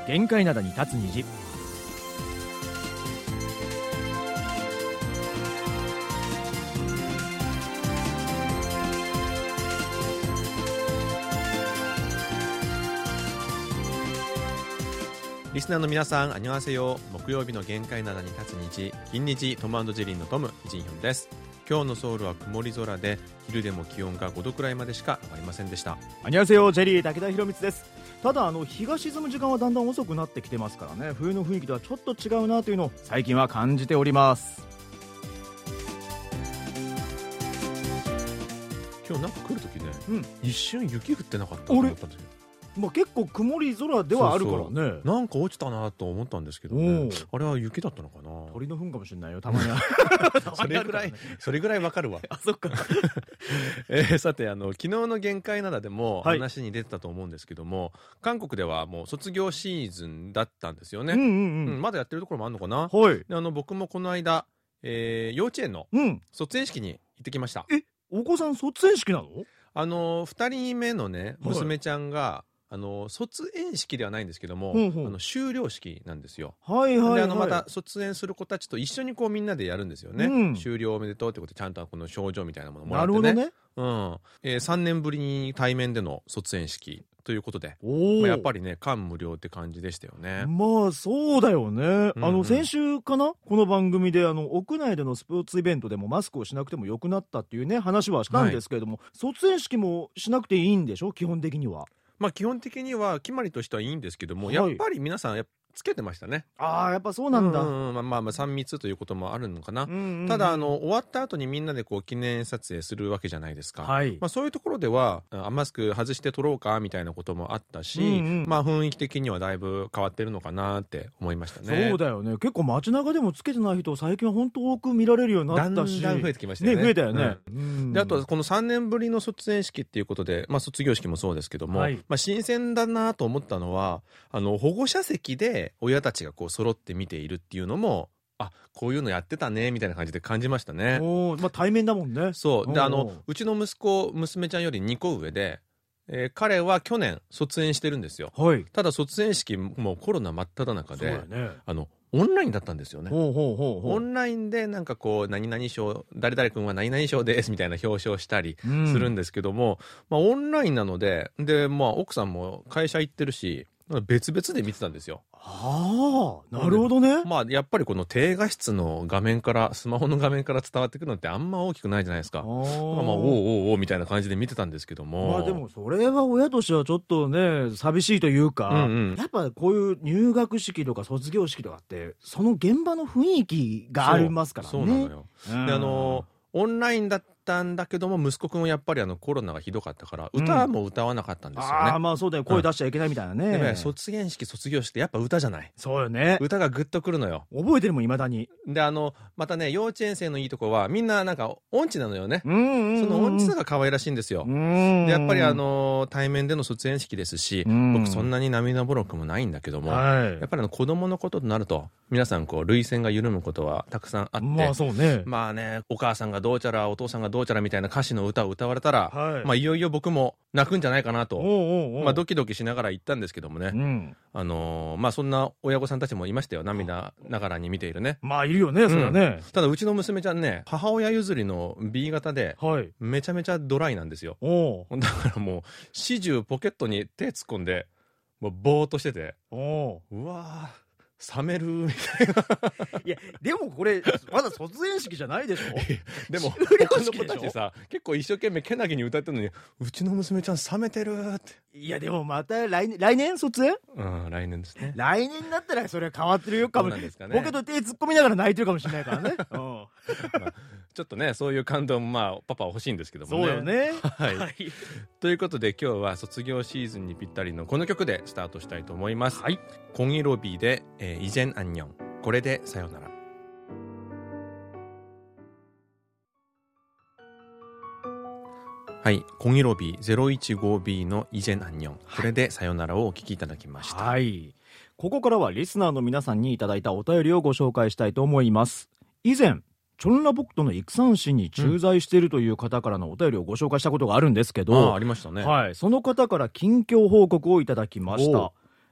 限界灘に立つ虹。 リスナーの皆さん、안녕하세요。木曜日の限界灘に立つ虹、金日トム&ジェリーのトム、イジンヒョンです。今日のソウルは曇り空で、昼でも気温が5度くらいまでしか上がりませんでした。 안녕하세요、ジェリー武田博光です。ただ日が沈む時間はだんだん遅くなってきてますからね、冬の雰囲気とはちょっと違うなというのを最近は感じております。 今日なんか来るときね、一瞬雪降ってなかったと思ったんですよ。 結構曇り空ではあるからね。 なんか落ちたなと思ったんですけどね、あれは雪だったのかな。 鳥の糞かもしれないよ、たまにはそれぐらいわかるわ。 あ、そっかさて昨日の限界灘でも話に出てたと思うんですけども、韓国ではもう卒業シーズンだったんですよね。まだやってるところもあるのかな。で僕もこの間、幼稚園の卒園式に行ってきました。 お子さん卒園式なの ？2人目のね娘ちゃんが卒園式ではないんですけども、修了式なんですよ。でまた卒園する子たちと一緒にこうみんなでやるんですよね。終了おめでとうってことでちゃんとこの賞状みたいなものもらってね。なるほどね。3年ぶりに対面での卒園式ということで、やっぱりね感無量って感じでしたよね。 まあそうだよね。先週かな、この番組で屋内でのスポーツイベントでもマスクをしなくてもよくなったっていうね話はしたんですけれども、卒園式もしなくていいんでしょ、基本的には。基本的には決まりとしてはいいんですけども、やっぱり皆さんつけてましたね。 やっぱそうなんだ。 3密ということもあるのかな。ただ終わった後にみんなでこう記念撮影するわけじゃないですか。そういうところではマスク外して撮ろうかみたいなこともあったし、雰囲気的にはだいぶ変わってるのかなって思いましたね。 そうだよね。結構街中でもつけてない人最近は本当多く見られるようになったし、 だんだん増えてきましたよね。 増えたよね。 であとこの3年ぶりの卒園式っていうことで、卒業式もそうですけども、新鮮だなと思ったのは保護者席で親たちがこう揃って見ているっていうのも、こういうのやってたねみたいな感じで感じましたね。 対面だもんね。 そうでうちの娘ちゃんより2個上で、彼は去年卒園してるんですよ。ただ卒園式もコロナ真っ只中で、オンラインだったんですよね。オンラインでなんかこう何々賞、誰々君は何々賞ですみたいな表彰したりするんですけども、オンラインなので、奥さんも会社行ってるし別々で見てたんですよ。 なるほどね。 やっぱりこの低画質の画面から、スマホの画面から伝わってくるのってあんま大きくないじゃないですか。おみたいな感じで見てたんですけども。 でもそれは親としてはちょっとね寂しいというか、やっぱこういう入学式とか卒業式とかってその現場の雰囲気がありますからね。 そうなのよ。でオンラインだったんだけども、息子くんはやっぱりコロナがひどかったから歌も歌わなかったんですよね。 そうだよ、声出しちゃいけないみたいなね。 で卒園式卒業式ってやっぱ歌じゃない。 そうよね。 歌がグッとくるのよ。 覚えてるもん、未だに。 でまたね幼稚園生のいいとこはみんななんか音痴なのよね。その音痴さが可愛らしいんですよ。でやっぱり対面での卒園式ですし、僕そんなに涙もろくもないんだけども、やっぱり子供のこととなると皆さんこう涙腺が緩むことはたくさんあって、 そうね。 お母さんがどうちゃらお父さんがどうちゃらみたいな歌詞の歌を歌われたら、いよいよ僕も泣くんじゃないかなとドキドキしながら行ったんですけどもね、そんな親御さんたちもいましたよ。涙ながらに見ているね。 いるよね、それはね。 ただうちの娘ちゃんね、母親譲りの B 型でめちゃめちゃドライなんですよ。だからもう始終ポケットに手突っ込んでもうぼーっとしてて、うわー冷めるみたいな。 いやでもこれまだ卒園式じゃないでしょ。 でも他の子たちさ結構一生懸命けなげに歌ってるのに、うちの娘ちゃん冷めてるって。 いやでもまた来年卒園？ 来年ですね。 来年だったらそれは変わってるよかも。ポケット手突っ込みながら泣いてるかもしれないからね。 ちょっとねそういう感動もパパは欲しいんですけどもね。 そうよね。 ということで今日は卒業シーズンにぴったりのこの曲でスタートしたいと思います。コンイロビーで이젠 안녕、これでさよなら。コンイロビー 015B の이젠 안녕、これでさよならをお聞きいただきました。 ここからはリスナーの皆さんにいただいたお便りをご紹介したいと思います。以前チョンラボクトの育山市に駐在しているという方からのお便りをご紹介したことがあるんですけど、 ありましたね。 その方から近況報告をいただきました。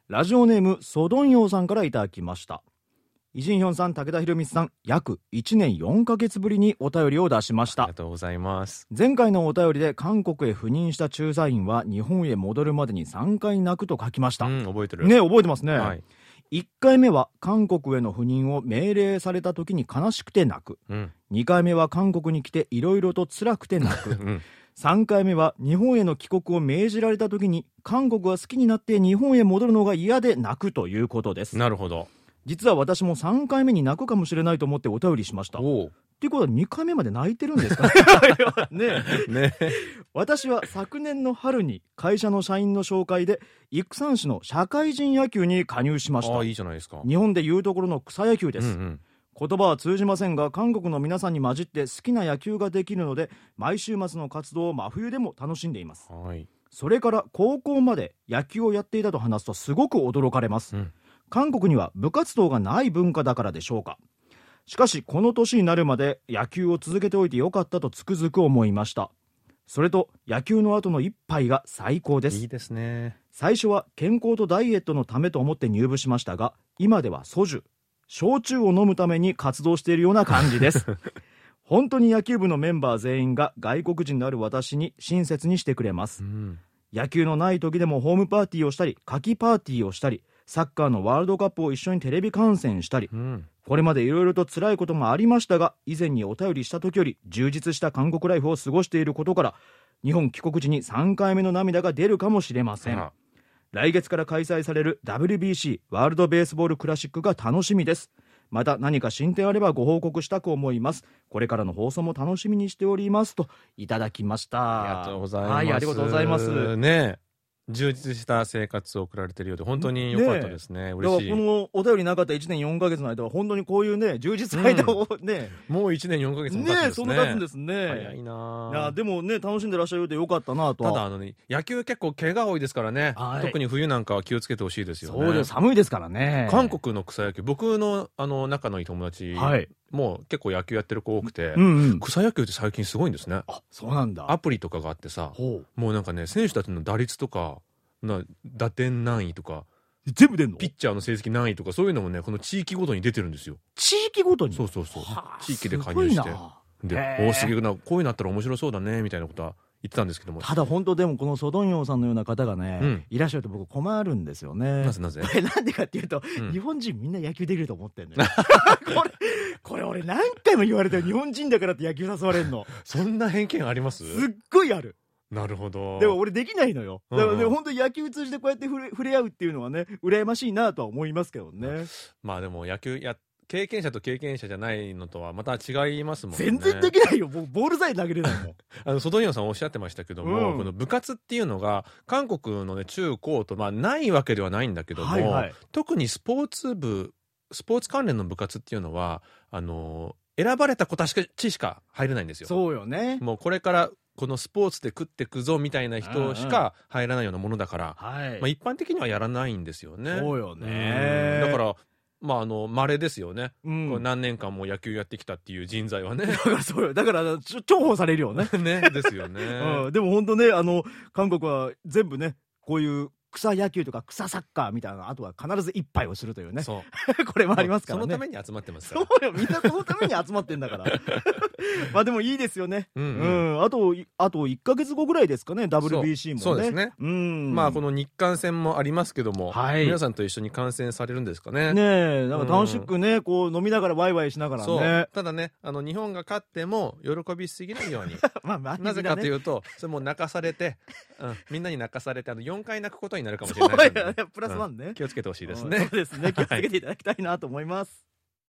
ラジオネームソドンヨウさんからいただきました。イジンヒョンさん、武田博光さん、約1年4ヶ月ぶりにお便りを出しました。 ありがとうございます。 前回のお便りで韓国へ赴任した駐在員は日本へ戻るまでに3回泣くと書きました。 覚えてるね、覚えてますね、 はい。 1回目は韓国への赴任を命令された時に悲しくて泣く、2回目は韓国に来ていろいろと辛くて泣く、3回目は日本への帰国を命じられた時に韓国が好きになって日本へ戻るのが嫌で泣くということです。 なるほど。 実は私も3回目に泣くかもしれないと思ってお便りしました。っていうことは2回目まで泣いてるんですかね。ね私は昨年の春に会社の社員の紹介で育山市の社会人野球に加入しました。 いいじゃないですか。 日本でいうところの草野球です、言葉は通じませんが韓国の皆さんに混じって好きな野球ができるので毎週末の活動を真冬でも楽しんでいます、それから高校まで野球をやっていたと話すとすごく驚かれます、韓国には部活動がない文化だからでしょうか。しかしこの年になるまで野球を続けておいてよかったとつくづく思いました。それと野球の後の一杯が最高です。 いいですね。 最初は健康とダイエットのためと思って入部しましたが今ではソジュ、焼酎を飲むために活動しているような感じです本当に野球部のメンバー全員が外国人のある私に親切にしてくれます、野球のない時でもホームパーティーをしたり夏季パーティーをしたりサッカーのワールドカップを一緒にテレビ観戦したり、これまでいろいろと辛いこともありましたが以前にお便りした時より充実した韓国ライフを過ごしていることから日本帰国時に3回目の涙が出るかもしれません。来月から開催される WBC ワールドベースボールクラシックが楽しみです。また何か進展あればご報告したく思います。これからの放送も楽しみにしておりますといただきました。 ありがとうございます。 はい、ありがとうございますね。充実した生活を送られているようで本当に良かったですね。嬉しい。 だからこのお便りなかった1年4ヶ月の間は本当にこういうね充実の間をね、 もう1年4ヶ月も経つんですね。 そんな経つんですね。 早いな。 いやでもね楽しんでらっしゃるようでよかったなと。 ただ野球結構怪我多いですからね、特に冬なんかは気をつけてほしいですよね。 そうです、寒いですからね。 韓国の草野球、僕の仲のいい友達、もう結構野球やってる子多くて、草野球って最近すごいんですね。 あ、そうなんだ。 アプリとかがあってさ、もうなんかね選手たちの打率とか打点何位とか全部出んの？ ピッチャーの成績何位とかそういうのもねこの地域ごとに出てるんですよ。 地域ごとに？ そう地域で加入してで、すげえな、こういうのあったら面白そうだねみたいなことは言ってたんですけども、 ただ本当でもこのソドンヨウさんのような方がね、いらっしゃると僕困るんですよね。 なぜなんでかっていうと、日本人みんな野球できると思ってんのよこれ俺何回も言われてる。日本人だからって野球誘われんのそんな偏見あります？ すっごいある。 なるほど。 でも俺できないのよ。だからね、本当に野球通じてこうやって触れ合うっていうのはね羨ましいなとは思いますけどね。 まあでも野球経験者と経験者じゃないのとはまた違いますもんね。 全然できないよ。僕ボールさえ投げれないもんソドンヨウさんおっしゃってましたけども、この部活っていうのが韓国のね中高とないわけではないんだけども、特にスポーツ関連の部活っていうのは選ばれた子たちしか入れないんですよ。 そうよね。 もうこれからこのスポーツで食ってくぞみたいな人しか入らないようなものだから、一般的にはやらないんですよね。 そうよね。 だから稀ですよね、何年間も野球やってきたっていう人材はね。 だからそうよ。だから重宝されるよねねですよね、 でも本当ね韓国は全部ねこういう草野球とか草サッカーみたいな、あとは必ず一杯をするというね。そうこれもありますからね。 そのために集まってますから。 そうよ、みんなそのために集まってんだからまあでもいいですよね。あと1ヶ月後ぐらいですかね WBC もね。 そうですね。まあこの日韓戦もありますけども、皆さんと一緒に観戦されるんですかね。 ねえ、なんか楽しくねこう飲みながらワイワイしながらね。 ただね日本が勝っても喜びすぎないようになぜかというとそれも泣かされて、みんなに泣かされて4回泣くことになるかもしれないので、 そうやプラスワンね、 気をつけてほしいですね。 そうですね、気をつけていただきたいなと思います。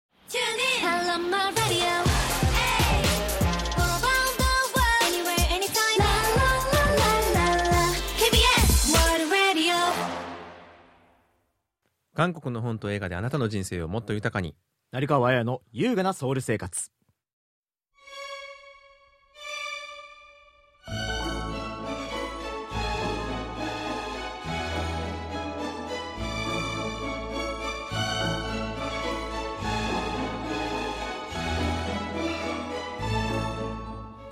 韓国の本と映画であなたの人生をもっと豊かに。 成川綾の優雅なソウル生活。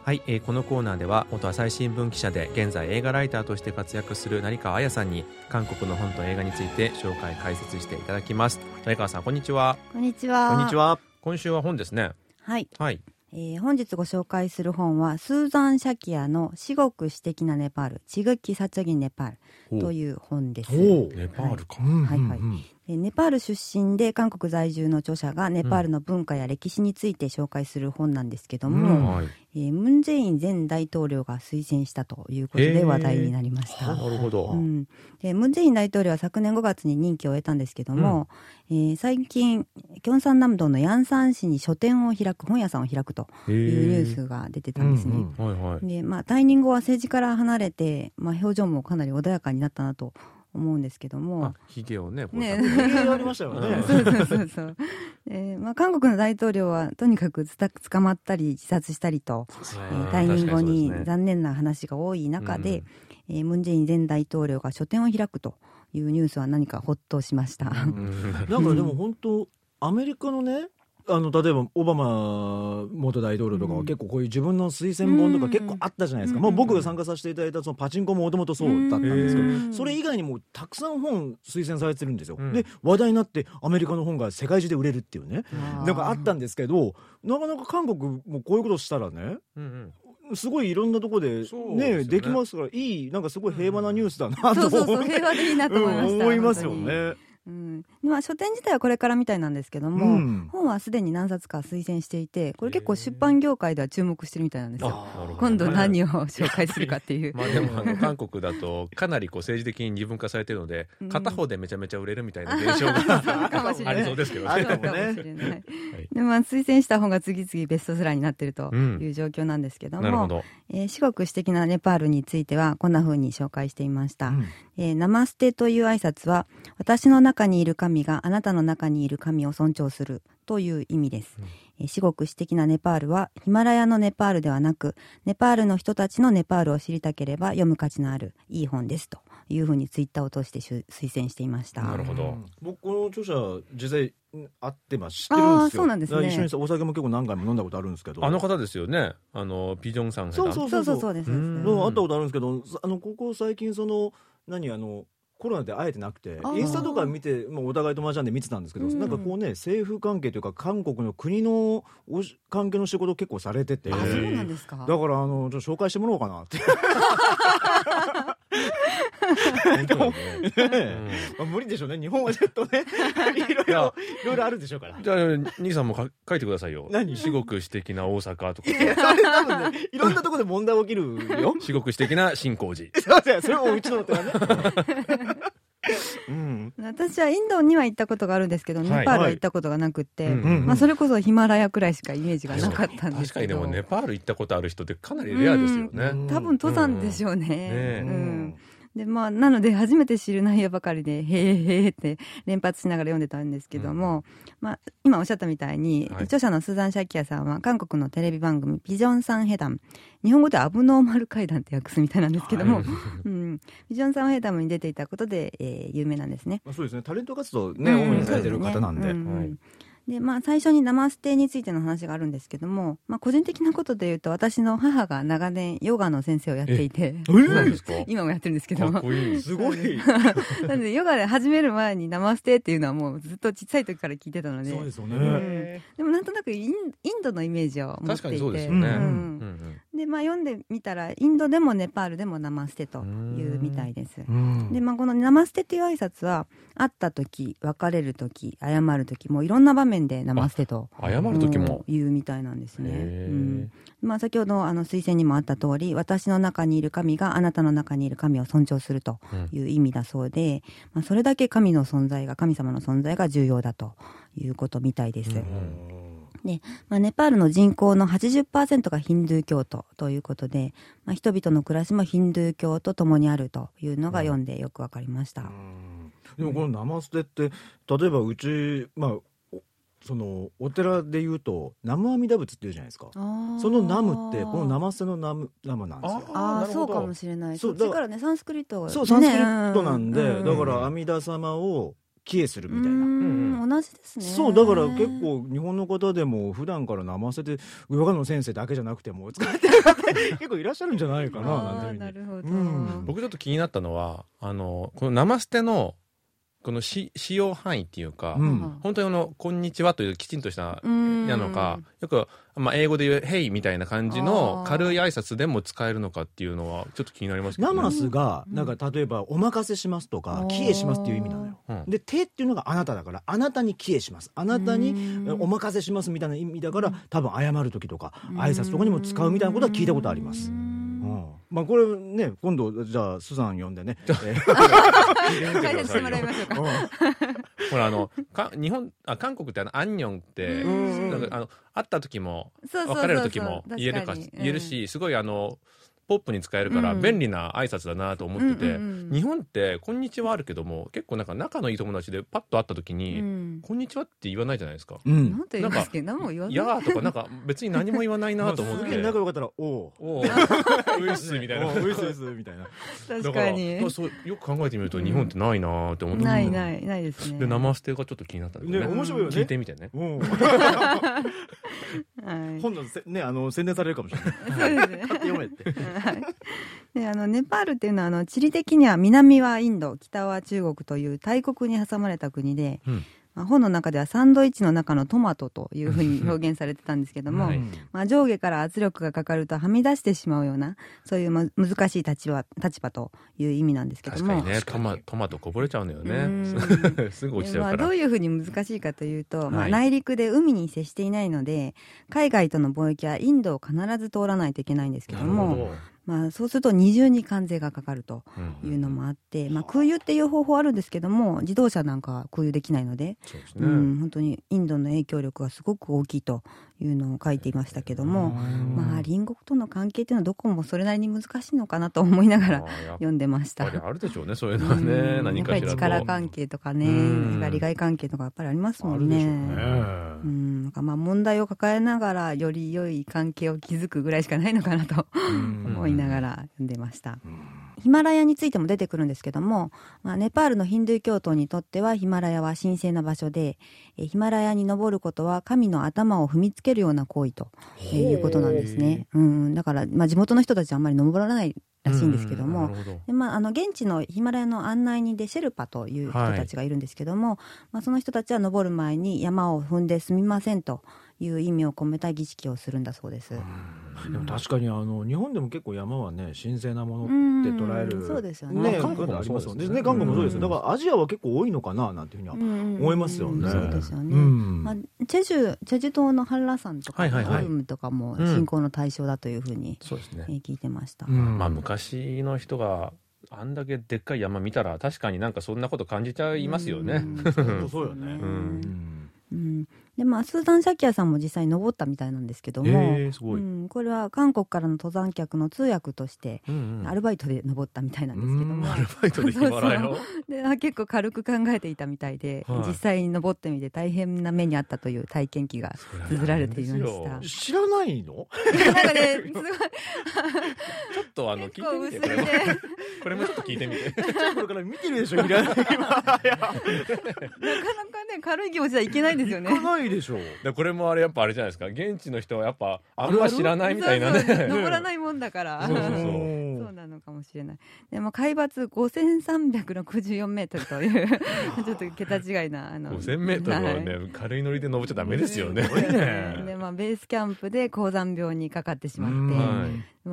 はい、このコーナーでは元朝日新聞記者で現在映画ライターとして活躍する成川彩さんに韓国の本と映画について紹介解説していただきます。成川さん、こんにちは。 こんにちは。 こんにちは。 今週は本ですね。 はい、 はい。 本日ご紹介する本はスーザン・シャキアの至極詩的なネパール、チグキサチョギネパールという本です。 ネパールか。 はいはい。ネパール出身で韓国在住の著者がネパールの文化や歴史について紹介する本なんですけども、ムン・ジェイン前大統領が推薦したということで話題になりました。 なるほど。 でムン・ジェイン大統領は昨年5月に任期を終えたんですけども、最近キョンサン南道のヤンサン市に書店を開く、本屋さんを開くというニュースが出てたんですね。で、退任後は政治から離れて、表情もかなり穏やかになったなと思うんですけども、 ひげをね、 ひげありましたよね。 そう韓国の大統領はとにかく捕まったり自殺したりと、退任後に残念な話が多い中で、ムン・ジェイン前大統領が書店を開くというニュースは何かほっとしました。 なんかでも本当アメリカのね、例えばオバマ元大統領とかは結構こういう自分の推薦本とか結構あったじゃないですか。僕が参加させていただいたそのパチンコももともとそうだったんですけど、それ以外にもたくさん本推薦されてるんですよ。で話題になってアメリカの本が世界中で売れるっていうね、なんかあったんですけど、なかなか韓国もこういうことしたらね、すごいいろんなところでね、できますから、なんかすごい平和なニュースだなと平和でいいなと思いました。 思いますよね。 書店自体はこれからみたいなんですけども、本はすでに何冊か推薦していて、これ結構出版業界では注目してるみたいなんですよ。今度何を紹介するかっていう。 でも韓国だとかなり政治的に二分化されてるので、片方でめちゃめちゃ売れるみたいな現象がありそうですけどね。 で推薦した本が次々ベストセラーになっているという状況なんですけども、至極詩的なネパールについてはこんな風に紹介していました。ナマステという挨拶は、私の中にいる神があなたの中にいる神を尊重するという意味です。至極詩的なネパールはヒマラヤのネパールではなく、ネパールの人たちのネパールを知りたければ読む価値のあるいい本ですというふうにツイッターを通して推薦していました。 なるほど。 僕この著者実際会ってます、知ってるんですよ。 そうなんですね。 一緒にお酒も結構何回も飲んだことあるんですけど、 あの方ですよね、ピジョンさんが。 そうです。会ったことあるんですけど、ここ最近コロナで会えてなくて、インスタとか見て、お互い友達なんで見てたんですけど、なんかこうね、政府関係というか韓国の国の関係の仕事を結構されてて、 そうなんですか。 だからちょっと紹介してもらおうかなって無理でしょうね、日本はちょっとねいろいろあるでしょうから。 じゃあ兄さんも書いてくださいよ。至極詩的な大阪とか。 それ多分ね、いろんなところで問題起きるよ。 至極詩的な新興寺。 それもうちの手はね私はインドには行ったことがあるんですけど、ネパールは行ったことがなくて、それこそヒマラヤくらいしかイメージがなかったんですけど。 確かにでもネパール行ったことある人ってかなりレアですよね。 多分登山でしょうね。でなので初めて知る内容ばかりでへーへーって連発しながら読んでたんですけども、今おっしゃったみたいに、著者のスーザン・シャキアさんは韓国のテレビ番組ビジョンサンヘダム、日本語でアブノーマル会談って訳すみたいなんですけども、ビジョンサンヘダムに出ていたことで、有名なんですね。 そうですね、タレント活動ね、主にされてる方なんで。 で最初にナマステについての話があるんですけども、個人的なことで言うと、私の母が長年ヨガの先生をやっていて、今もやってるんですけども、 すごいなのでヨガで始める前にナマステっていうのはもうずっと小さい時から聞いてたので、 そうですよね。 でもなんとなくインドのイメージを持っていて、 確かにそうですよね。 で読んでみたらインドでもネパールでもナマステというみたいです。でこのナマステという挨拶は会った時、別れる時、謝る時、もういろんな場面でナマステと謝る時も言うみたいなんですね。先ほど推薦にもあった通り、私の中にいる神があなたの中にいる神を尊重するという意味だそうで、それだけ神様の存在が重要だということみたいです。でネパールの人口の 80% がヒンドゥー教徒ということで、人々の暮らしもヒンドゥー教と共にあるというのが読んでよくわかりました。 でもこのナマステって例えばうち、そのお寺でいうと南無阿弥陀仏っていうじゃないですか。そのナムってこのナマステのナムなんですよ。 そうかもしれない。そっちからね、サンスクリットが、 そうサンスクリットなんで、だから阿弥陀様を帰依するみたいな。 同じですね。 そうだから結構日本の方でも普段からナマステでヨガの先生だけじゃなくても使ってる方結構いらっしゃるんじゃないかななんていうふうに。 なるほど。 僕ちょっと気になったのはこのナマステのこの使用範囲っていうか、本当にこんにちはというきちんとしたなのか、よく、英語で言う Hey みたいな感じの軽い挨拶でも使えるのかっていうのはちょっと気になりますけど、 ナマスがなんか例えばお任せしますとか帰依しますっていう意味なのよ。で手っていうのがあなただから、あなたに帰依します、あなたにお任せしますみたいな意味だから、多分謝る時とか挨拶とかにも使うみたいなことは聞いたことあります。これね、今度じゃあスザン呼んでね解説してもらいましょうか。 ほら日本韓国ってアンニョンって会った時も別れる時も言えるし、すごいポップに使えるから便利な挨拶だなと思ってて、日本ってこんにちはあるけども、結構なんか仲のいい友達でパッと会った時にこんにちはって言わないじゃないですか。 なんて言いますけど、何も言わない。 いやとかなんか別に何も言わないなと思って。 すげえ仲良かったらおういっすみたいな。 ういっすみたいな。 確かに。 そうよく考えてみると日本ってないなって思って。 ないですね。 でナマステがちょっっと気になったんでね。 面白いよね。 聞いてみてね。 今度ね宣伝されるかもしれない。そうですね。読めって。 でネパールっていうのは地理的には南はインド、北は中国という大国に挟まれた国で、本の中ではサンドイッチの中のトマトというふうに表現されてたんですけども、上下から圧力がかかるとはみ出してしまうような、そういう難しい立場という意味なんですけども、 確かにね、トマトこぼれちゃうんだよね。すぐ落ちちゃうから。 どういうふうに難しいかというと、内陸で海に接していないので、海外との貿易はインドを必ず通らないといけないんですけども、そうすると二重に関税がかかるというのもあって、空輸っていう方法あるんですけども、自動車なんかは空輸できないので、本当にインドの影響力がすごく大きいというのを書いていましたけども、隣国との関係っていうのはどこもそれなりに難しいのかなと思いながら読んでました。 やっぱりあるでしょうね、そういうのはね。何かしらとやっぱり力関係とかね、利害関係とかやっぱりありますもんね。問題を抱えながらより良い関係を築くぐらいしかないのかなと思いながら読んでました。ヒマラヤについても出てくるんですけども、ネパールのヒンドゥー教徒にとってはヒマラヤは神聖な場所で、ヒマラヤに登ることは神の頭を踏みつけるような行為ということなんですね。だから、地元の人たちはあんまり登らないらしいんですけども、現地のヒマラヤの案内人でシェルパという人たちがいるんですけども、その人たちは登る前に山を踏んですみませんという意味を込めた儀式をするんだそうです。 でも確かに日本でも結構山はね神聖なものって捉える、 そうですよね。 韓国もそうですね。韓国もそうです。だからアジアは結構多いのかななんていうふうには思いますよね。 そうですよね。チェジュ島のハンラ山とかオルムとかも信仰の対象だというふうに聞いてました。 昔の人があんだけでっかい山見たら確かになんかそんなこと感じちゃいますよね。 そうよね。 でスーザン・シャキヤさんも実際に登ったみたいなんですけども、これは韓国からの登山客の通訳としてアルバイトで登ったみたいなんですけども、 アルバイトでヒマラヤをで結構軽く考えていたみたいで、実際に登ってみて大変な目にあったという体験記が綴られていました。 知らないの？ なんかね、すごいちょっと聞いてみて、これもちょっと聞いてみて。 これから見てるでしょ、いらない。なかなかね軽い気持ちはいけないですよね。 いかないでしょう。 これもやっぱあれじゃないですか。現地の人はやっぱあんま知らないみたいなね。 登らないもんだから。そうなのかもしれない。でも海抜5364メートルというちょっと桁違いな 5000メートルはね、軽いノリで登っちゃダメですよね。でベースキャンプで高山病にかかってしまって、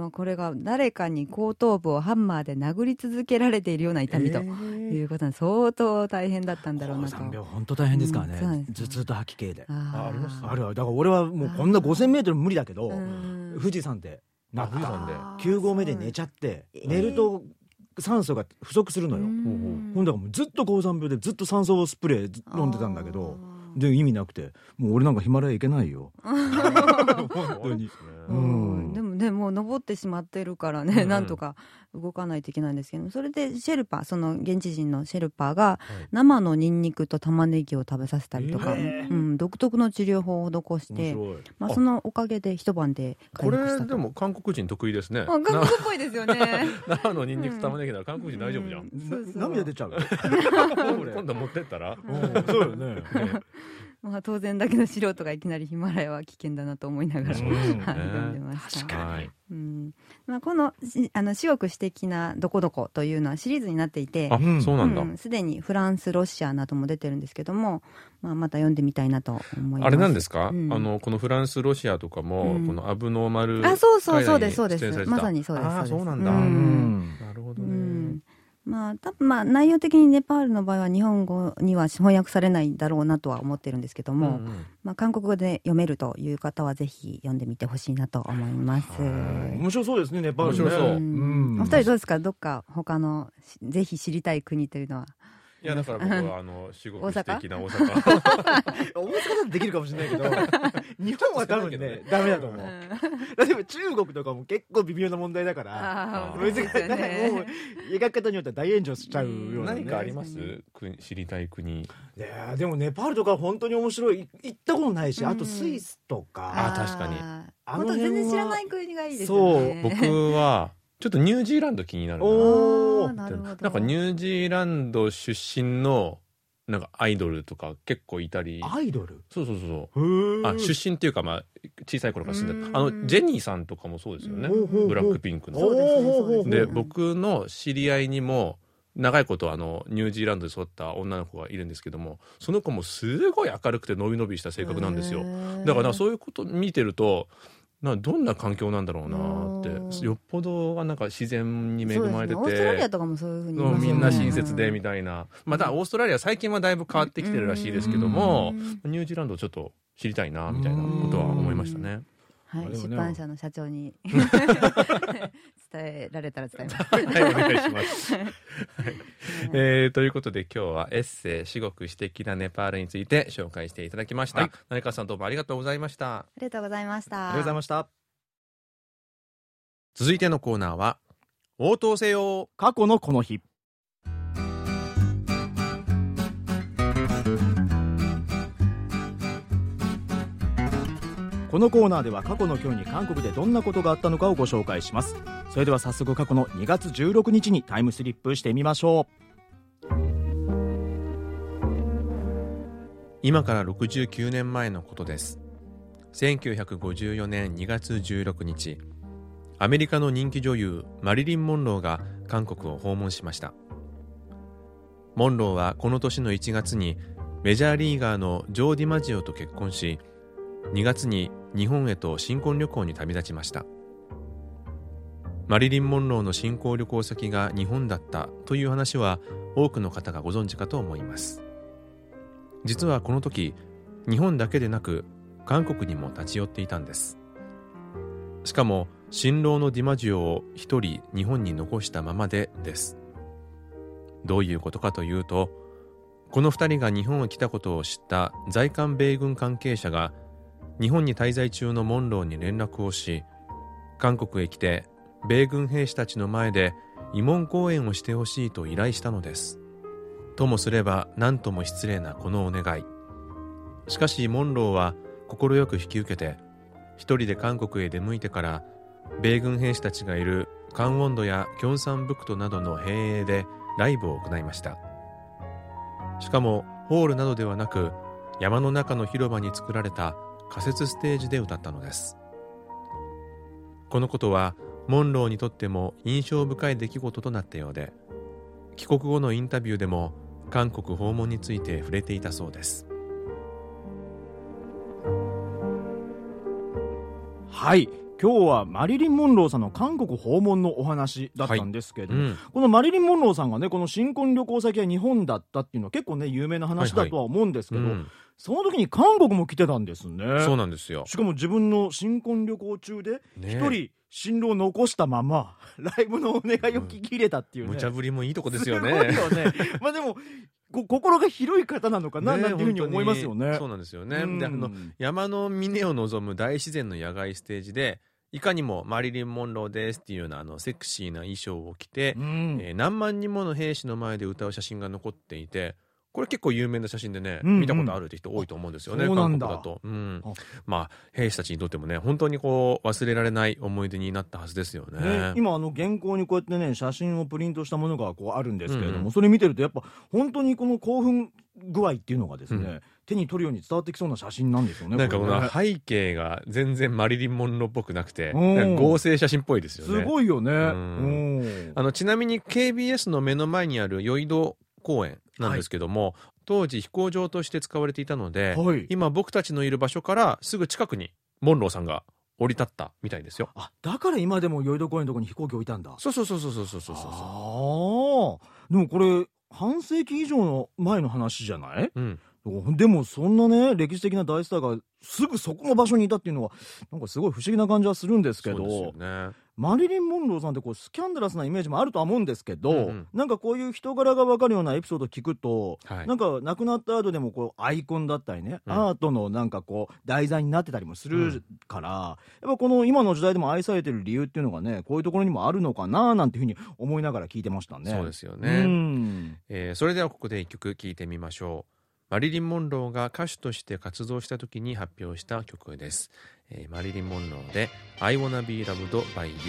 これが誰かに後頭部をハンマーで殴り続けられているような痛みということで、相当大変だったんだろうなと。 高山病本当大変ですからね。頭痛と吐き気で。あります。ある。だから俺はもうこんな5000メートル無理だけど、富士山でなった9合目で寝ちゃって、寝ると酸素が不足するのよ。ほんだからもうずっと高山病でずっと酸素スプレー飲んでたんだけど、で意味なくて、もう俺なんかヒマラヤ行けないよ。本当に。 でもね、もう登ってしまってるからね、なんとか動かないといけないんですけど、それでシェルパ、その現地人のシェルパが生のニンニクと玉ねぎを食べさせたりとか、独特の治療法を施して、そのおかげで一晩で回復したと。 これでも韓国人得意ですね。 韓国っぽいですよね。 生のニンニクと玉ねぎなら韓国人大丈夫じゃん。 涙出ちゃう。 今度持ってったら。 そうよね。 当然だけど素人がいきなりヒマラヤは危険だなと思いながら読んでました。この至極詩的などこどこというのはシリーズになっていて、 そうなんだ。 すでにフランス、ロシアなども出てるんですけども、また読んでみたいなと思います。 あれなんですか、このフランス、ロシアとかも、このアブノーマル会談にそうですそうです、まさにそうです。 そうなんだ。なるほどね。 多分内容的にネパールの場合は日本語には翻訳されないだろうなとは思ってるんですけども、韓国語で読めるという方はぜひ読んでみてほしいなと思います。 面白そうですね、ネパール。 面白そう。 お二人どうですか、どっか他のぜひ知りたい国というのは。 いやだから僕は至極詩的な大阪。大阪だとできるかもしれないけど、日本は多分ねダメだと思う。例えば中国とかも結構微妙な問題だから、もう描き方によっては大炎上しちゃうような。 何かあります？知りたい国。いやでもネパールとか本当に面白い。行ったことないし、あとスイスとか。 確かに。 本当全然知らない国がいいですよね。 そう、僕はちょっとニュージーランド気になるな。なんかニュージーランド出身のなんかアイドルとか結構いたり。 アイドル？ そう。出身っていうか小さい頃から住んでたジェニーさんとかもそうですよね。ブラックピンクの。で僕の知り合いにも長いことニュージーランドで育った女の子がいるんですけども、その子もすごい明るくてのびのびした性格なんですよ。だからそういうこと見てるとどんな環境なんだろうなって、よっぽどなんか自然に恵まれてて、 オーストラリアとかもそういうふうにみんな親切でみたいな。またオーストラリア最近はだいぶ変わってきてるらしいですけども、ニュージーランドをちょっと知りたいなみたいなことは思いましたね。 はい、出版社の社長に伝えられたら伝えます。 はい、お願いします。ということで今日はエッセイ至極詩的なネパールについて紹介していただきました。成川さんどうもありがとうございました。 ありがとうございました。 ありがとうございました。 続いてのコーナーは応答せよ過去のこの日。このコーナーでは過去の今日に韓国でどんなことがあったのかをご紹介します。それでは早速過去の2月16日にタイムスリップしてみましょう。 今から69年前のことです。1954年2月16日、アメリカの人気女優マリリン・モンローが韓国を訪問しました。モンローはこの年の1月にメジャーリーガーのジョー・ディマジオと結婚し、2月に日本へと新婚旅行に旅立ちました。マリリン・モンローの新婚旅行先が日本だったという話は多くの方がご存知かと思います。実はこの時、日本だけでなく韓国にも立ち寄っていたんです。しかも新郎のディマジオを一人日本に残したままです。どういうことかというと、この二人が日本へ来たことを知った在韓米軍関係者が日本に滞在中のモンローに連絡をし、韓国へ来て米軍兵士たちの前で慰問講演をしてほしいと依頼したのです。ともすれば何とも失礼なこのお願い。しかしモンローは快く引き受けて、一人で韓国へ出向いてから米軍兵士たちがいるカンウォンドやキョンサンブクトなどの兵営でライブを行いました。しかもホールなどではなく、山の中の広場に作られた仮設ステージで歌ったのです。このことはモンローにとっても印象深い出来事となったようで、帰国後のインタビューでも韓国訪問について触れていたそうです。 はい、今日はマリリン・モンローさんの韓国訪問のお話だったんですけれども、このマリリン・モンローさんがね、この新婚旅行先は日本だったっていうのは結構ね有名な話だとは思うんですけど、その時に韓国も来てたんですね。 そうなんですよ。 しかも自分の新婚旅行中で一人新郎を残したままライブのお願いを聞き入れたっていうね、 無茶ぶりもいいとこですよね。 すごいよね。まあでも心が広い方なのかな、なんていうふうに思いますよね。 そうなんですよね。で山の峰を望む大自然の野外ステージでいかにもマリリン・モンローですっていうようなセクシーな衣装を着て、何万人もの兵士の前で歌う写真が残っていて、これ結構有名な写真でね、見たことあるって人多いと思うんですよね、韓国だと。まあ兵士たちにとってもね、本当にこう忘れられない思い出になったはずですよね。 今原稿にこうやってね、写真をプリントしたものがこうあるんですけれども、それ見てるとやっぱ本当にこの興奮具合っていうのがですね、手に取るように伝わってきそうな写真なんですよね。 なんかこの背景が全然マリリン・モンローっぽくなくて、合成写真っぽいですよね。 すごいよね。 ちなみに KBS の目の前にあるヨイド公園なんですけども、当時飛行場として使われていたので、今僕たちのいる場所からすぐ近くにモンローさんが降り立ったみたいですよ。 だから今でもヨイド公園のところに飛行機置いたんだ。 そう。でもこれ半世紀以上の前の話じゃない？でもそんなね、歴史的な大スターがすぐそこの場所にいたっていうのはなんかすごい不思議な感じはするんですけど、そうですよね。マリリン・モンローさんってこうスキャンダラスなイメージもあるとは思うんですけど、なんかこういう人柄が分かるようなエピソードを聞くと、なんか亡くなった後でもこうアイコンだったりね、アートのなんかこう題材になってたりもするから、やっぱこの今の時代でも愛されてる理由っていうのがね、こういうところにもあるのかななんていうふうに思いながら聞いてましたね。 そうですよね。それではここで一曲聞いてみましょう。マリリン・モンローが歌手として活動した時に発表した曲です。マリリン・モンローで I Wanna Be Loved by You。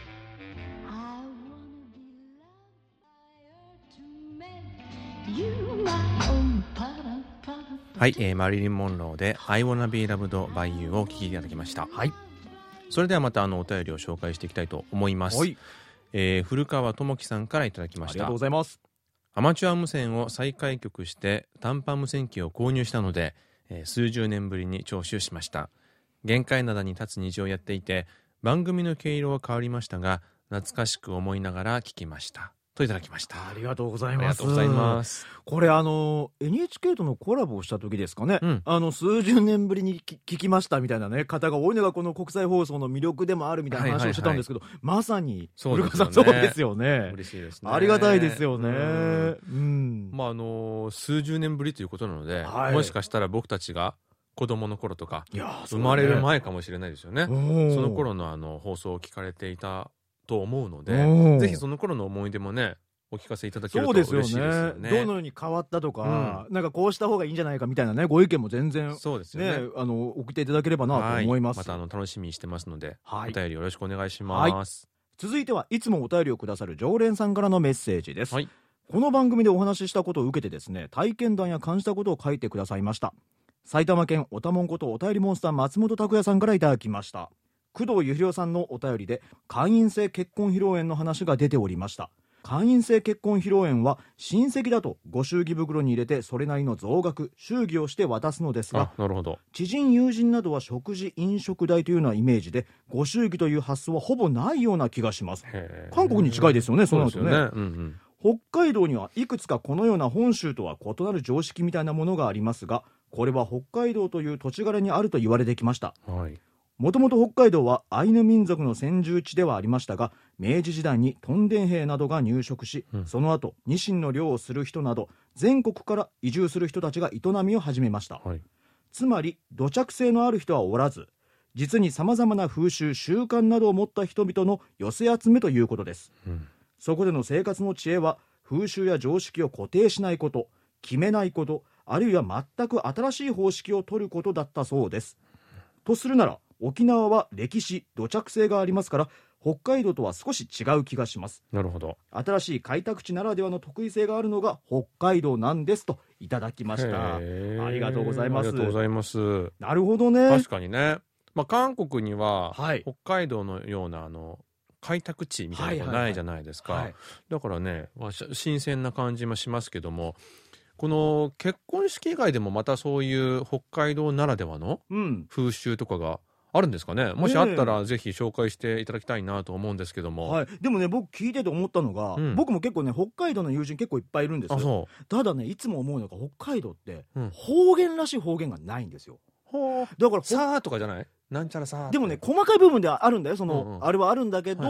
はい、マリリン・モンローで I Wanna Be Loved by You を聴いていただきました。それではまたお便りを紹介していきたいと思います。古川智樹さんからいただきました。 ありがとうございます。 アマチュア無線を再開局して短波無線機を購入したので、数十年ぶりに聴取しました。限界灘に立つ虹をやっていて、番組の毛色は変わりましたが、懐かしく思いながら聞きましたといただきました。 ありがとうございます。これNHK とのコラボをした時ですかね、数十年ぶりに聞きましたみたいなね方が多いのがこの国際放送の魅力でもあるみたいな話をしてたんですけど、まさに古川さんそうですよね。 嬉しいですね。 ありがたいですよね。 数十年ぶりということなので、もしかしたら僕たちが子供の頃とか生まれる前かもしれないですよね。その頃の放送を聞かれていたと思うので、ぜひその頃の思い出もねお聞かせいただけると嬉しいですよね。 どのように変わったとか、なんかこうした方がいいんじゃないかみたいなねご意見も全然そうですよね、送っていただければなと思います。 また楽しみにしてますので、お便りよろしくお願いします。 続いてはいつもお便りをくださる常連さんからのメッセージです。この番組でお話ししたことを受けてですね、体験談や感じたことを書いてくださいました。埼玉県おたもんことお便りモンスター松本拓也さんからいただきました。工藤ゆひろさんのお便りで会員制結婚披露宴の話が出ておりました。会員制結婚披露宴は親戚だとご祝儀袋に入れてそれなりの増額祝儀をして渡すのですが、 なるほど。 知人友人などは食事飲食代というようなイメージでご祝儀という発想はほぼないような気がします。韓国に近いですよね。そうなるとね。北海道にはいくつかこのような本州とは異なる常識みたいなものがありますが、これは北海道という土地柄にあると言われてきました。もともと北海道はアイヌ民族の先住地ではありましたが、明治時代に屯田兵などが入植し、その後ニシンの漁をする人など全国から移住する人たちが営みを始めました。つまり土着性のある人はおらず、実にさまざまな風習習慣などを持った人々の寄せ集めということです。そこでの生活の知恵は風習や常識を固定しないこと、決めないこと、あるいは全く新しい方式を取ることだったそうです。とするなら沖縄は歴史土着性がありますから、北海道とは少し違う気がします。 なるほど。 新しい開拓地ならではの得意性があるのが北海道なんですといただきました。ありがとうございます。 ありがとうございます。 なるほどね。 確かにね、韓国には北海道のような開拓地みたいなのがないじゃないですか。だからね、新鮮な感じもしますけども、この結婚式以外でもまたそういう北海道ならではの風習とかがあるんですかね。もしあったらぜひ紹介していただきたいなと思うんですけども、 でもね、僕聞いてて思ったのが、僕も結構ね北海道の友人結構いっぱいいるんですよ。ただね、いつも思うのが北海道って方言らしい方言がないんですよ。だからさあとかじゃない、なんちゃらさ。 でもね、細かい部分ではあるんだよ。あれはあるんだけど、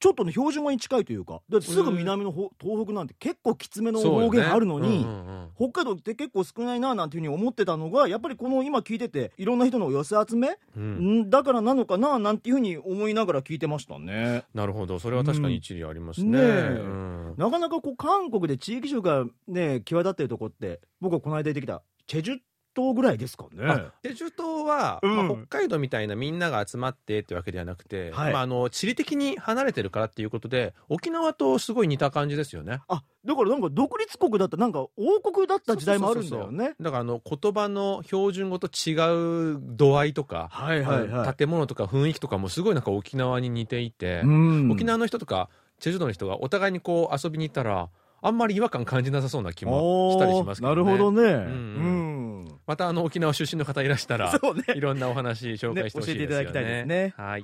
ちょっとね標準語に近いというか、だってすぐ南の東北なんて結構きつめの方言あるのに、北海道って結構少ないななんていうふうに思ってたのが、やっぱりこの今聞いてていろんな人の寄せ集め、だからなのかななんていうふうに思いながら聞いてましたね。 なるほど、それは確かに一理ありますね。 なかなかこう韓国で地域色がね際立ってるとこって、僕はこの間出てきたチェジュ島ぐらいですかね。 チェジュ島は、北海道みたいなみんなが集まってってわけではなくて、地理的に離れてるからっていうことで沖縄とすごい似た感じですよね。 だからなんか独立国だった、なんか王国だった時代もあるんだよね。 だから言葉の標準語と違う度合いとか、建物とか雰囲気とかもすごいなんか沖縄に似ていて、沖縄の人とかチェジュ島の人がお互いにこう遊びに行ったらあんまり違和感感じなさそうな気もしたりしますけどね。 なるほどね。 また沖縄出身の方いらしたら、いろんなお話紹介してほしいですよね。教えていただきたいですね。はい。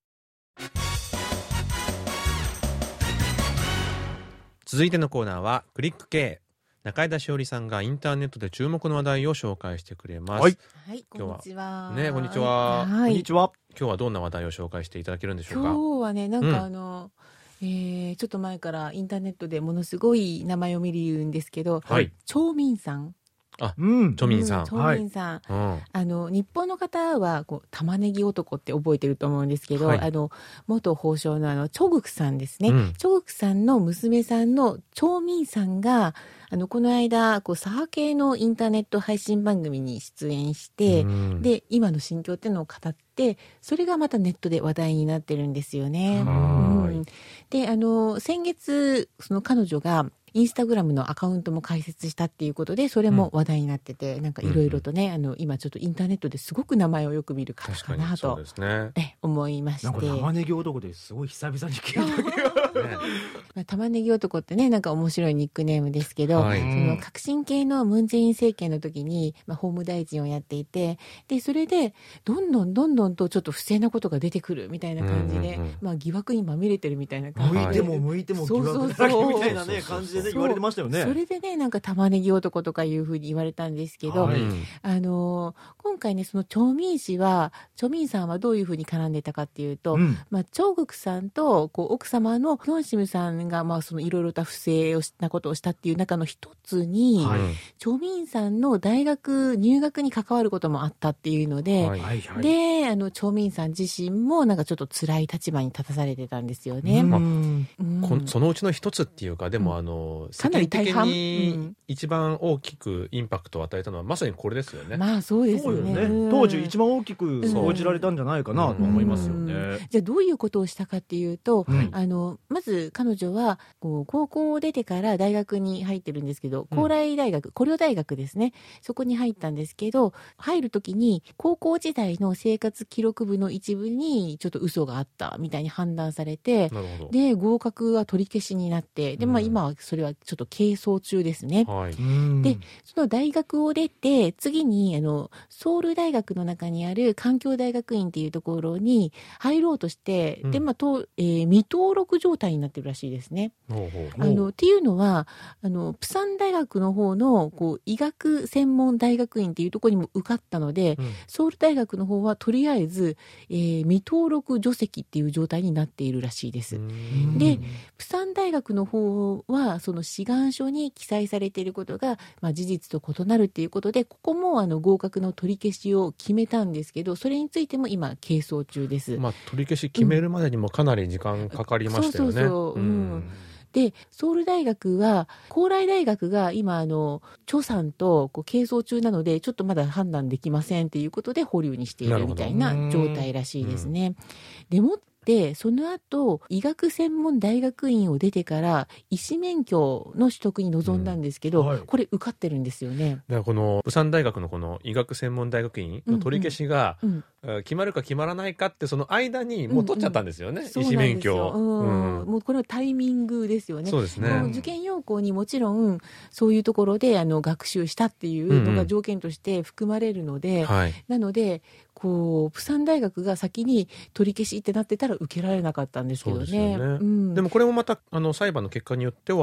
続いてのコーナーはクリック系。中枝しおりさんがインターネットで注目の話題を紹介してくれます。 はい、こんにちは。 ね、こんにちは。 こんにちは。 今日はどんな話題を紹介していただけるんでしょうか。 今日はね、なんかちょっと前からインターネットでものすごい名前を見るんですけど、チョーミンさん。 チョミンさん。 チョーミンさん。日本の方は玉ねぎ男って覚えてると思うんですけど、元法相のチョグクさんですね。チョグクさんの娘さんのチョーミンさんがこの間左派系のインターネット配信番組に出演して、で今の心境っていうのを語って、それがまたネットで話題になってるんですよね。で先月その彼女がインスタグラムのアカウントも開設したっていうことで、それも話題になってて、なんかいろいろとね、今ちょっとインターネットですごく名前をよく見る方かなと思いまして。 なんか玉ねぎ男ですごい久々に聞いたけど玉ねぎ男ってね、なんか面白いニックネームですけど、その革新系のムン・ジェイン政権の時に、法務大臣をやっていて、でそれでどんどんとちょっと不正なことが出てくるみたいな感じで、疑惑にまみれてるみたいな感じで、 向いても疑惑だらけみたいなね感じで言われてましたよね。 それでね、なんか玉ねぎ男とかいうふうに言われたんですけど、今回ね、そのチョーミン氏は、チョーミンさんはどういうふうに絡んでたかっていうと、チョーグクさんと奥様のヒョンシムさんがそのいろいろと不正なことをしたっていう中の一つに、チョーミンさんの大学入学に関わることもあったっていうので、でチョーミンさん自身もなんかちょっと辛い立場に立たされてたんですよね。 そのうちの一つっていうか、でも世間的に一番大きくインパクトを与えたのはまさにこれですよね。 そうですよね。 当時一番大きく報じられたんじゃないかなと思いますよね。 じゃあどういうことをしたかっていうと、まず彼女は高校を出てから大学に入ってるんですけど、高麗大学、高陵大学ですね、そこに入ったんですけど、入る時に高校時代の生活記録部の一部にちょっと嘘があったみたいに判断されて、で合格は取り消しになって、で今はそれはちょっと係争中ですね。でその大学を出て次にソウル大学の中にある環境大学院っていうところに入ろうとして、で未登録状態になってるらしいですね。っていうのはプサン大学の方の医学専門大学院っていうところにも受かったので、ソウル大学の方はとりあえず、未登録除籍っていう状態になっているらしいです。でプサン大学の方はその志願書に記載されていることが、事実と異なるっていうことで、ここも合格の取り消しを決めたんですけど、それについても今係争中です。 取り消し決めるまでにもかなり時間かかりましたよね。 でソウル大学は高麗大学が今チョさんと係争中なので、ちょっとまだ判断できませんっていうことで保留にしているみたいな状態らしいですね。でもでその後医学専門大学院を出てから医師免許の取得に臨んだんですけど、これ受かってるんですよね。 だからこの釜山大学のこの医学専門大学院の取り消しが決まるか決まらないかってその間にもう取っちゃったんですよね、医師免許。 もうこれはタイミングですよね。 そうですね。 受験要項にもちろんそういうところで学習したっていうのが条件として含まれるので、なので釜山大学が先に取り消しってなってたら受けられなかったんですけどね。 でもこれもまた裁判の結果によっては、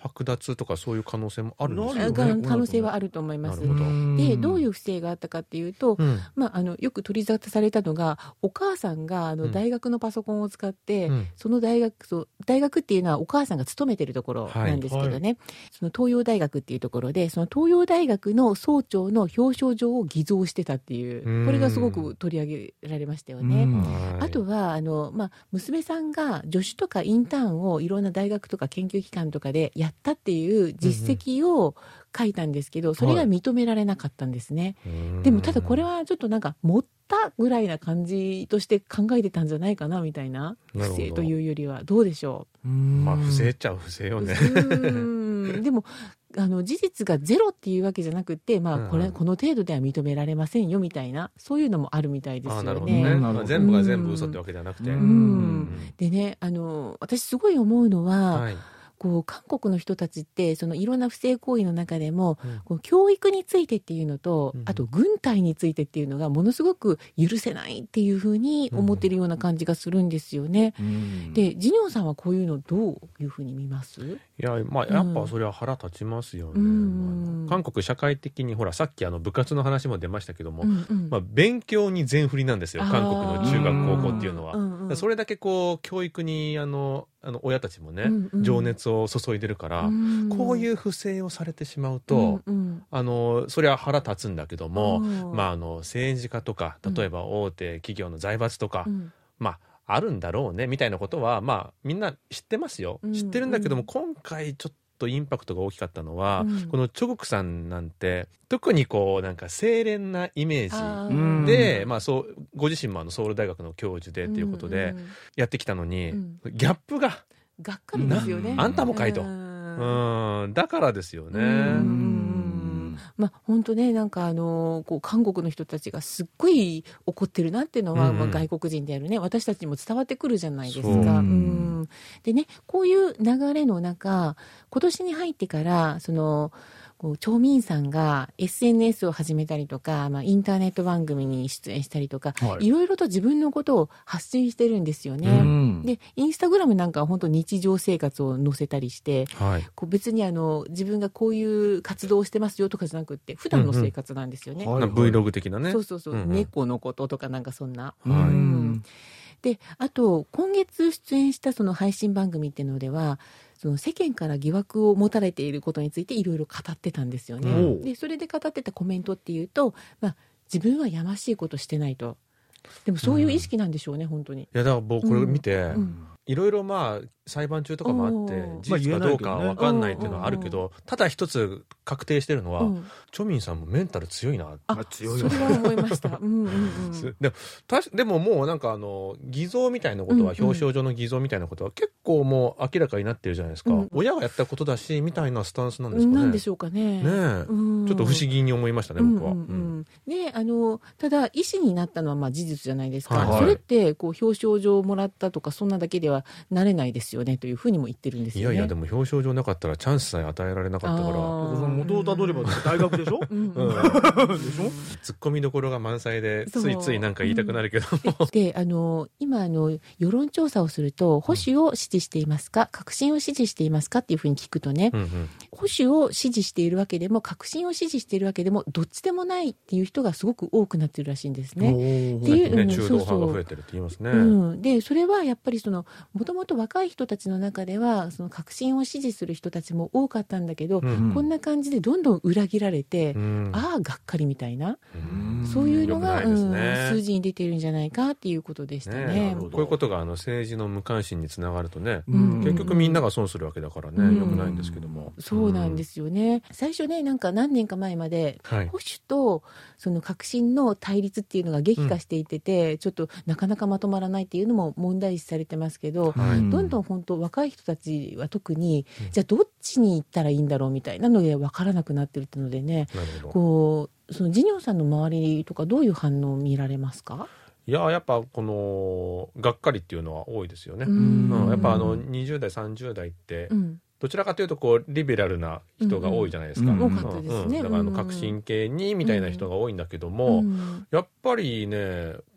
剥奪とかそういう可能性もあるんですよね。可能性はあると思います。で、どういう不正があったかっていうと、よく取り沙汰されたのが、お母さんが大学のパソコンを使って、その大学っていうのはお母さんが勤めてるところなんですけどね、その東洋大学っていうところで、その東洋大学の総長の表彰状を偽造してたっていう、これがすごく取り上げられましたよね。あとは娘さんが助手とかインターンをいろんな大学とか研究機関とかでやったっていう実績を書いたんですけど、それが認められなかったんですね。でもただこれはちょっとなんか持ったぐらいな感じとして考えてたんじゃないかなみたいな、不正というよりはどうでしょう。 不正っちゃ不正よね。 でも事実がゼロっていうわけじゃなくて、この程度では認められませんよみたいな、そういうのもあるみたいですよね。 なるほどね。全部が全部嘘ってわけじゃなくて。 でね、私すごい思うのは、韓国の人たちってそのいろんな不正行為の中でも、教育についてっていうのと、あと軍隊についてっていうのがものすごく許せないっていうふうに思ってるような感じがするんですよね。で、ジニョンさんはこういうのどういうふうに見ます？ いや、やっぱそれは腹立ちますよね。韓国社会的にほら、さっき部活の話も出ましたけども、勉強に全振りなんですよ、韓国の中学高校っていうのは。それだけ教育に親たちもね、情熱を注いでるから、こういう不正をされてしまうと、それは腹立つんだけども、政治家とか例えば大手企業の財閥とか、あるんだろうねみたいなことはみんな知ってますよ。知ってるんだけども、今回ちょっとインパクトが大きかったのは、このチョグクさんなんて特になんか清廉なイメージで、そうご自身もソウル大学の教授でということでやってきたのに、ギャップががっかりですよね。 あんたもかいと。だからですよね。 本当ね、なんか韓国の人たちがすっごい怒ってるなっていうのは、外国人であるね、私たちにも伝わってくるじゃないですか。でね、こういう流れの中、今年に入ってからチョ・ミンさんが SNS を始めたりとか、インターネット番組に出演したりとか、いろいろと自分のことを発信してるんですよね。で、インスタグラムなんかは本当日常生活を載せたりして、別に自分がこういう活動をしてますよとかじゃなくて、普段の生活なんですよね。 Vlog 的なね。 猫のこととかなんかそんな。で、あと今月出演したその配信番組っていうのでは、その世間から疑惑を持たれていることについていろいろ語ってたんですよね。で、それで語ってたコメントっていうと、自分はやましいことしてないと。でもそういう意識なんでしょうね、本当に。いや、だから僕これ見て、いろいろ裁判中とかもあって事実かどうか分かんないっていうのはあるけど、ただ一つ確定してるのは、チョ・ミンさんもメンタル強いな。 強いな。それは思いました。 でももうなんか偽造みたいなことは、表彰状の偽造みたいなことは結構もう明らかになってるじゃないですか。親がやったことだしみたいなスタンスなんですかね。 なんでしょうかね。 ちょっと不思議に思いましたね、僕は。 で、ただ医師になったのは事実じゃないですか。それって表彰状をもらったとかそんなだけではなれないですよねというふうにも言ってるんですよね。 いやでも表彰状なかったらチャンスさえ与えられなかったから。 元をたどれば大学でしょ。でしょ。 ツッコミどころが満載でついついなんか言いたくなるけども。 で、今世論調査をすると、保守を支持していますか、革新を支持していますかっていうふうに聞くとね、保守を支持しているわけでも革新を支持しているわけでもどっちでもないっていう人がすごく多くなってるらしいんですね。っていう中道派が増えてるって言いますね。 で、それはやっぱりもともと若い人たちの中ではその革新を支持する人たちも多かったんだけど、こんな感じでどんどん裏切られて、がっかりみたいな、そういうのが、数字に出てるんじゃないかっていうことでしたね。 こういうことが政治の無関心につながるとね、結局みんなが損するわけだからね、よくないんですけども。 そうなんですよね。最初ね、なんか何年か前まで、保守とその革新の対立っていうのが激化していてて、ちょっとなかなかまとまらないっていうのも問題視されてますけど、どんどん本当若い人たちは特に、じゃあどっちに行ったらいいんだろうみたいなので分からなくなってるっていうのでね、そのジニョンさんの周りとかどういう反応を見られますか？ いや、やっぱがっかりっていうのは多いですよね。やっぱ20代30代って、どちらかというとリベラルな人が多いじゃないですか。 多かったですね。 だから革新系にみたいな人が多いんだけども、やっぱりね、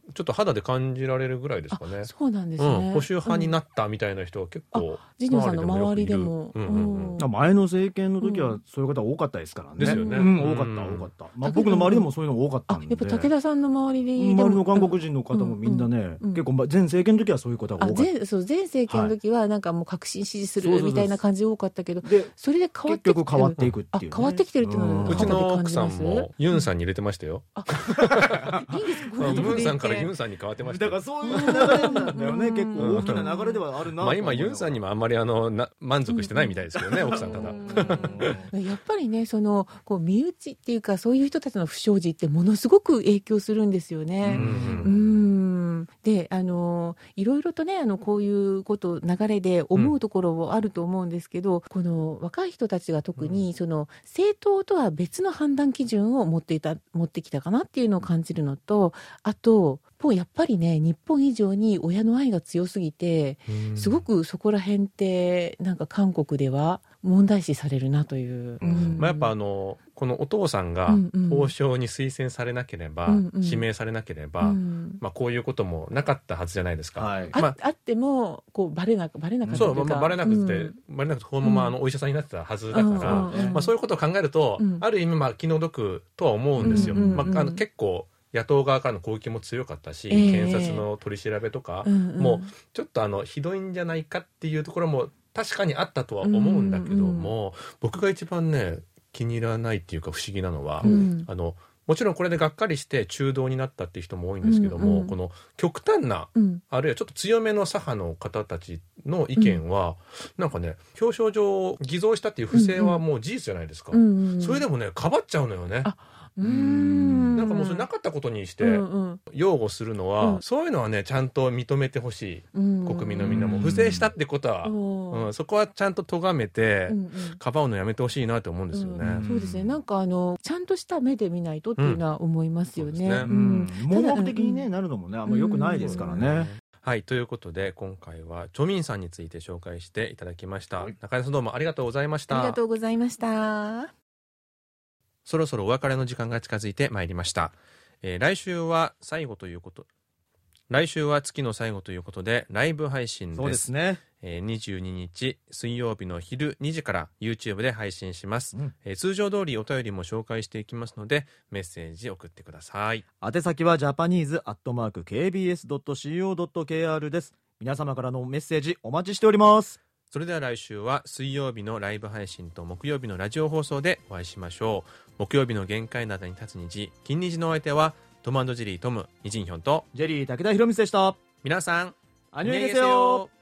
ちょっと肌で感じられるぐらいですかね。 そうなんですね。 保守派になったみたいな人は結構、 神野さんの周りでも。 前の政権の時はそういう方多かったですからね。 ですよね。 多かった。僕の周りでもそういうの多かったんで。 やっぱ武田さんの周りで。 周りの韓国人の方もみんなね、結構前政権の時はそういう方が多かった。 前政権の時はなんかもう革新支持するみたいな感じ多かったけど、それで変わって結局変わっていくっていう。 変わってきてるっていうのは、 うちの奥さんもユンさんに入れてましたよ。 いいですか、 ムンさんからユンさんに変わってました。 だからそういう流れなんだよね。結構大きな流れではあるな。 今ユンさんにもあんまり満足してないみたいですけどね、奥さんただ。 やっぱりね、身内っていうかそういう人たちの不祥事ってものすごく影響するんですよね。で、いろいろとね、こういうこと流れで思うところもあると思うんですけど、この若い人たちが特に政党とは別の判断基準を持ってきたかなっていうのを感じるのと、あともうやっぱりね、日本以上に親の愛が強すぎて、すごくそこら辺ってなんか韓国では問題視されるなという。 やっぱこのお父さんが法相に推薦されなければ、指名されなければ、こういうこともなかったはずじゃないですか。 あってもバレなかったというか。 そう、バレなくてこのままお医者さんになってたはずだから、そういうことを考えると、ある意味気の毒とは思うんですよ。結構野党側からの攻撃も強かったし、検察の取り調べとかもちょっとひどいんじゃないかっていうところも確かにあったとは思うんだけども、僕が一番ね気に入らないっていうか不思議なのは、もちろんこれでがっかりして中道になったっていう人も多いんですけども、この極端な、あるいはちょっと強めの左派の方たちの意見は、なんかね、表彰状を偽造したっていう不正はもう事実じゃないですか。それでもねかばっちゃうのよね。なんかもうそれなかったことにして擁護するのは、そういうのはねちゃんと認めてほしい。国民のみんなも不正したってことは、そこはちゃんと咎めてかばうのやめてほしいなと思うんですよね。 そうですね。なんかちゃんとした目で見ないとっていうのは思いますよね。 盲目的になるのもねあんまり良くないですからね。 はい、ということで今回はチョミンさんについて紹介していただきました。中根さんどうもありがとうございました。 ありがとうございました。 そろそろお別れの時間が近づいてまいりました。来週は月の最後ということでライブ配信です。 そうですね。 22日水曜日の昼2時から YouTube で配信します。通常通りお便りも紹介していきますのでメッセージ送ってください。 宛先は japanese@kbs.co.kr です。皆様からのメッセージお待ちしております。 それでは来週は水曜日のライブ配信と木曜日のラジオ放送でお会いしましょう。木曜日の限界灘に立つ虹、金虹のお相手はトム&ジェリートム、ニジンヒョンとジェリー武田博光でした。 皆さん、 アニョイゲセヨ。